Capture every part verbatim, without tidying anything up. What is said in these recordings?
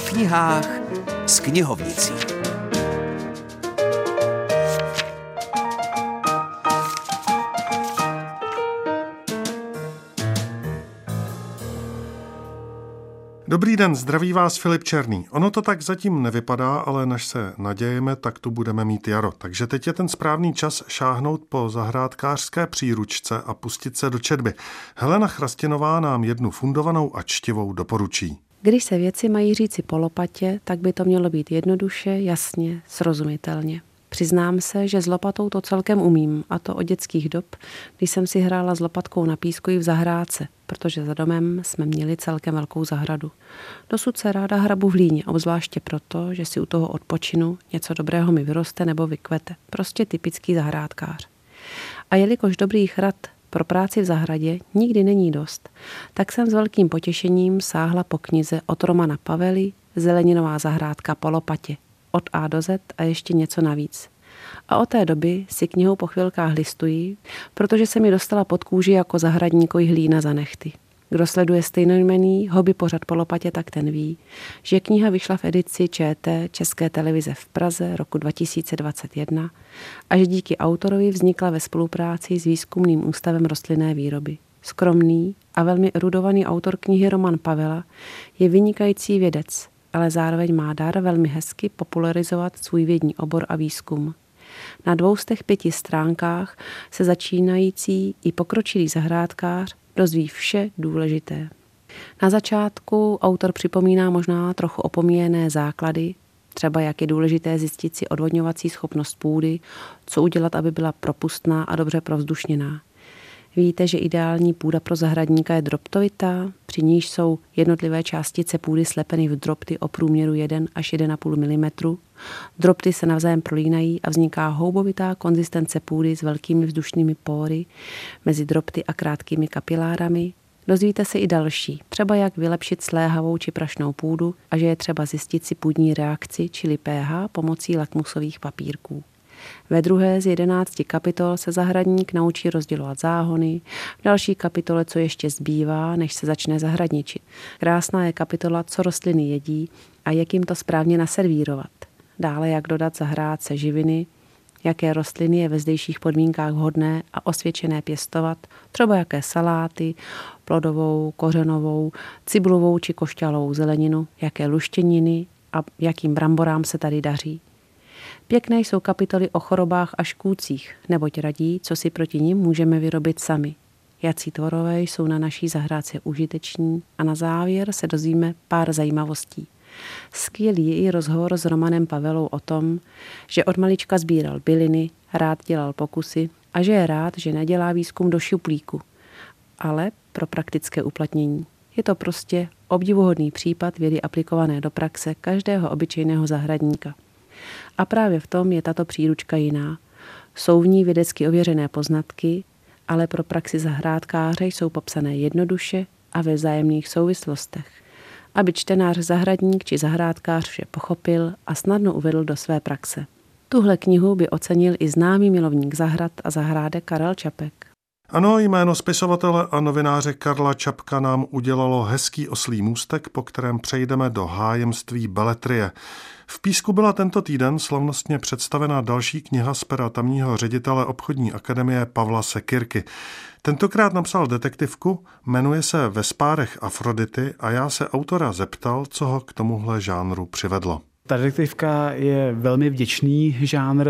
knihách s knihovnicí. Dobrý den, zdraví vás Filip Černý. Ono to tak zatím nevypadá, ale než se nadějeme, tak tu budeme mít jaro. Takže teď je ten správný čas šáhnout po zahrádkářské příručce a pustit se do četby. Helena Chrastinová nám jednu fundovanou a čtivou doporučí. Když se věci mají říci po lopatě, tak by to mělo být jednoduše, jasně, srozumitelně. Přiznám se, že s lopatou to celkem umím, a to od dětských dob, když jsem si hrála s lopatkou na písku i v zahrádce, protože za domem jsme měli celkem velkou zahradu. Dosud se ráda hrabu v hlíně, obzvláště proto, že si u toho odpočinu, něco dobrého mi vyroste nebo vykvete. Prostě typický zahrádkář. A jelikož dobrých rad pro práci v zahradě nikdy není dost, tak jsem s velkým potěšením sáhla po knize od Romana Pavely Zeleninová zahrádka po lopatě. Od A do Z a ještě něco navíc. A od té doby si knihu po chvilkách listuji, protože se mi dostala pod kůži jako zahradníkovi hlína za nehty. Kdo sleduje stejnojmenný hobby pořad po lopatě, tak ten ví, že kniha vyšla v edici ČT České televize v Praze roku dva tisíce dvacet jedna a že díky autorovi vznikla ve spolupráci s Výzkumným ústavem rostlinné výroby. Skromný a velmi erudovaný autor knihy Roman Pavela je vynikající vědec, ale zároveň má dar velmi hezky popularizovat svůj vědní obor a výzkum. Na dvoustech pěti stránkách se začínající i pokročilý zahrádkář dozví vše důležité. Na začátku autor připomíná možná trochu opomíjené základy, třeba jak je důležité zjistit si odvodňovací schopnost půdy, co udělat, aby byla propustná a dobře provzdušněná. Víte, že ideální půda pro zahradníka je drobtovitá, při níž jsou jednotlivé částice půdy slepeny v drobty o průměru jedna až jedna celá pět milimetru. Drobty se navzájem prolínají a vzniká houbovitá konzistence půdy s velkými vzdušnými póry mezi drobty a krátkými kapilárami. Dozvíte se i další, třeba jak vylepšit sléhavou či prašnou půdu a že je třeba zjistit si půdní reakci, čili pH, pomocí lakmusových papírků. Ve druhé z jedenácti kapitol se zahradník naučí rozdělovat záhony, v další kapitole co ještě zbývá, než se začne zahradničit. Krásná je kapitola, co rostliny jedí a jak jim to správně naservírovat. Dále jak dodat zahrádce živiny, jaké rostliny je ve zdejších podmínkách vhodné a osvědčené pěstovat, třeba jaké saláty, plodovou, kořenovou, cibulovou či košťalovou zeleninu, jaké luštěniny a jakým bramborám se tady daří. Pěkné jsou kapitoly o chorobách a škůdcích, neboť radí, co si proti nim můžeme vyrobit sami. Jací tvorové jsou na naší zahrádce užiteční a na závěr se dozvíme pár zajímavostí. Skvělý je i rozhovor s Romanem Pavelou o tom, že od malička sbíral byliny, rád dělal pokusy a že je rád, že nedělá výzkum do šuplíku, ale pro praktické uplatnění. Je to prostě obdivuhodný případ vědy aplikované do praxe každého obyčejného zahradníka. A právě v tom je tato příručka jiná. Jsou v ní vědecky ověřené poznatky, ale pro praxi zahrádkáře jsou popsané jednoduše a ve vzájemných souvislostech, aby čtenář zahradník či zahrádkář vše pochopil a snadno uvedl do své praxe. Tuhle knihu by ocenil i známý milovník zahrad a zahrádek Karel Čapek. Ano, jméno spisovatele a novináře Karla Čapka nám udělalo hezký oslí můstek, po kterém přejdeme do hájemství beletrie. V Písku byla tento týden slavnostně představena další kniha z pera tamního ředitele obchodní akademie Pavla Sekyrky. Tentokrát napsal detektivku, jmenuje se Ve spárech Afrodity a já se autora zeptal, co ho k tomuhle žánru přivedlo. Ta detektivka je velmi vděčný žánr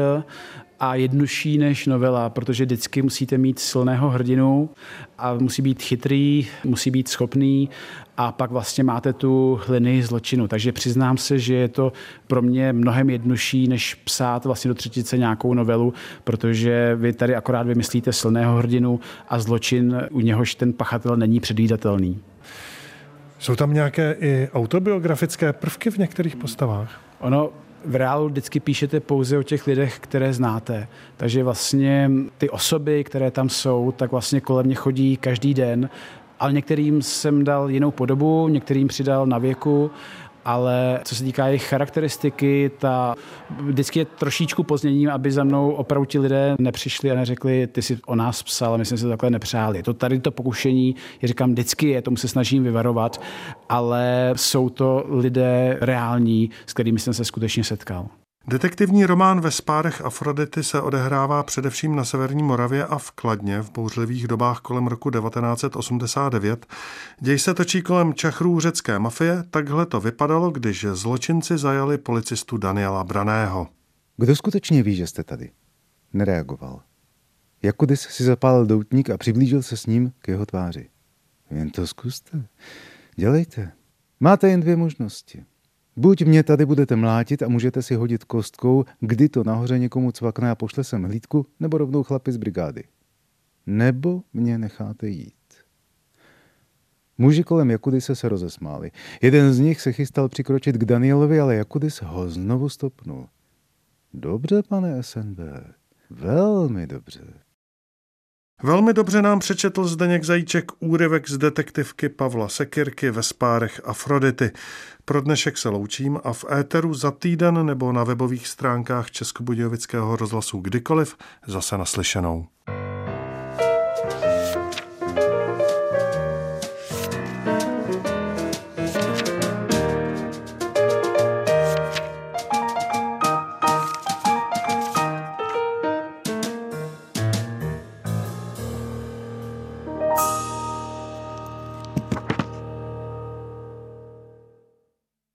a jednodušší než novela, protože vždycky musíte mít silného hrdinu a musí být chytrý, musí být schopný a pak vlastně máte tu linii zločinu. Takže přiznám se, že je to pro mě mnohem jednodušší, než psát vlastně do třetice nějakou novelu, protože vy tady akorát vymyslíte silného hrdinu a zločin, u něhož ten pachatel není předvídatelný. Jsou tam nějaké i autobiografické prvky v některých postavách? Ono v reálu vždycky píšete pouze o těch lidech, které znáte. Takže vlastně ty osoby, které tam jsou, tak vlastně kolem mě chodí každý den, ale některým jsem dal jinou podobu, některým přidal na věku ale co se týká jejich charakteristiky, ta vždycky je trošičku pozměním, aby za mnou opravdu ti lidé nepřišli a neřekli, ty jsi o nás psal, a my jsme se to takhle nepřáli. To tady to pokušení, já říkám, vždycky je, tomu se snažím vyvarovat, ale jsou to lidé reální, s kterými jsem se skutečně setkal. Detektivní román Ve spárech Afrodity se odehrává především na severní Moravě a v Kladně v bouřlivých dobách kolem roku devatenáct set osmdesát devět. Děj se točí kolem čachrů řecké mafie, takhle to vypadalo, když zločinci zajali policistu Daniela Braného. Kdo skutečně ví, že jste tady? Nereagoval. Jakudis si zapálil doutník a přiblížil se s ním k jeho tváři. Jen to zkuste. Dělejte. Máte jen dvě možnosti. Buď mě tady budete mlátit a můžete si hodit kostkou, kdy to nahoře někomu cvakne a pošle sem hlídku, nebo rovnou chlapi z brigády. Nebo mě necháte jít. Muži kolem Jakudise se rozesmáli. Jeden z nich se chystal přikročit k Danielovi, ale Jakudis ho znovu stopnul. Dobře, pane S N B, velmi dobře. Velmi dobře nám přečetl Zdeněk Zajíček úryvek z detektivky Pavla Sekyrky Ve spárech Afrodity. Pro dnešek se loučím a v éteru za týden nebo na webových stránkách Českobudějovického rozhlasu kdykoliv zase naslyšenou.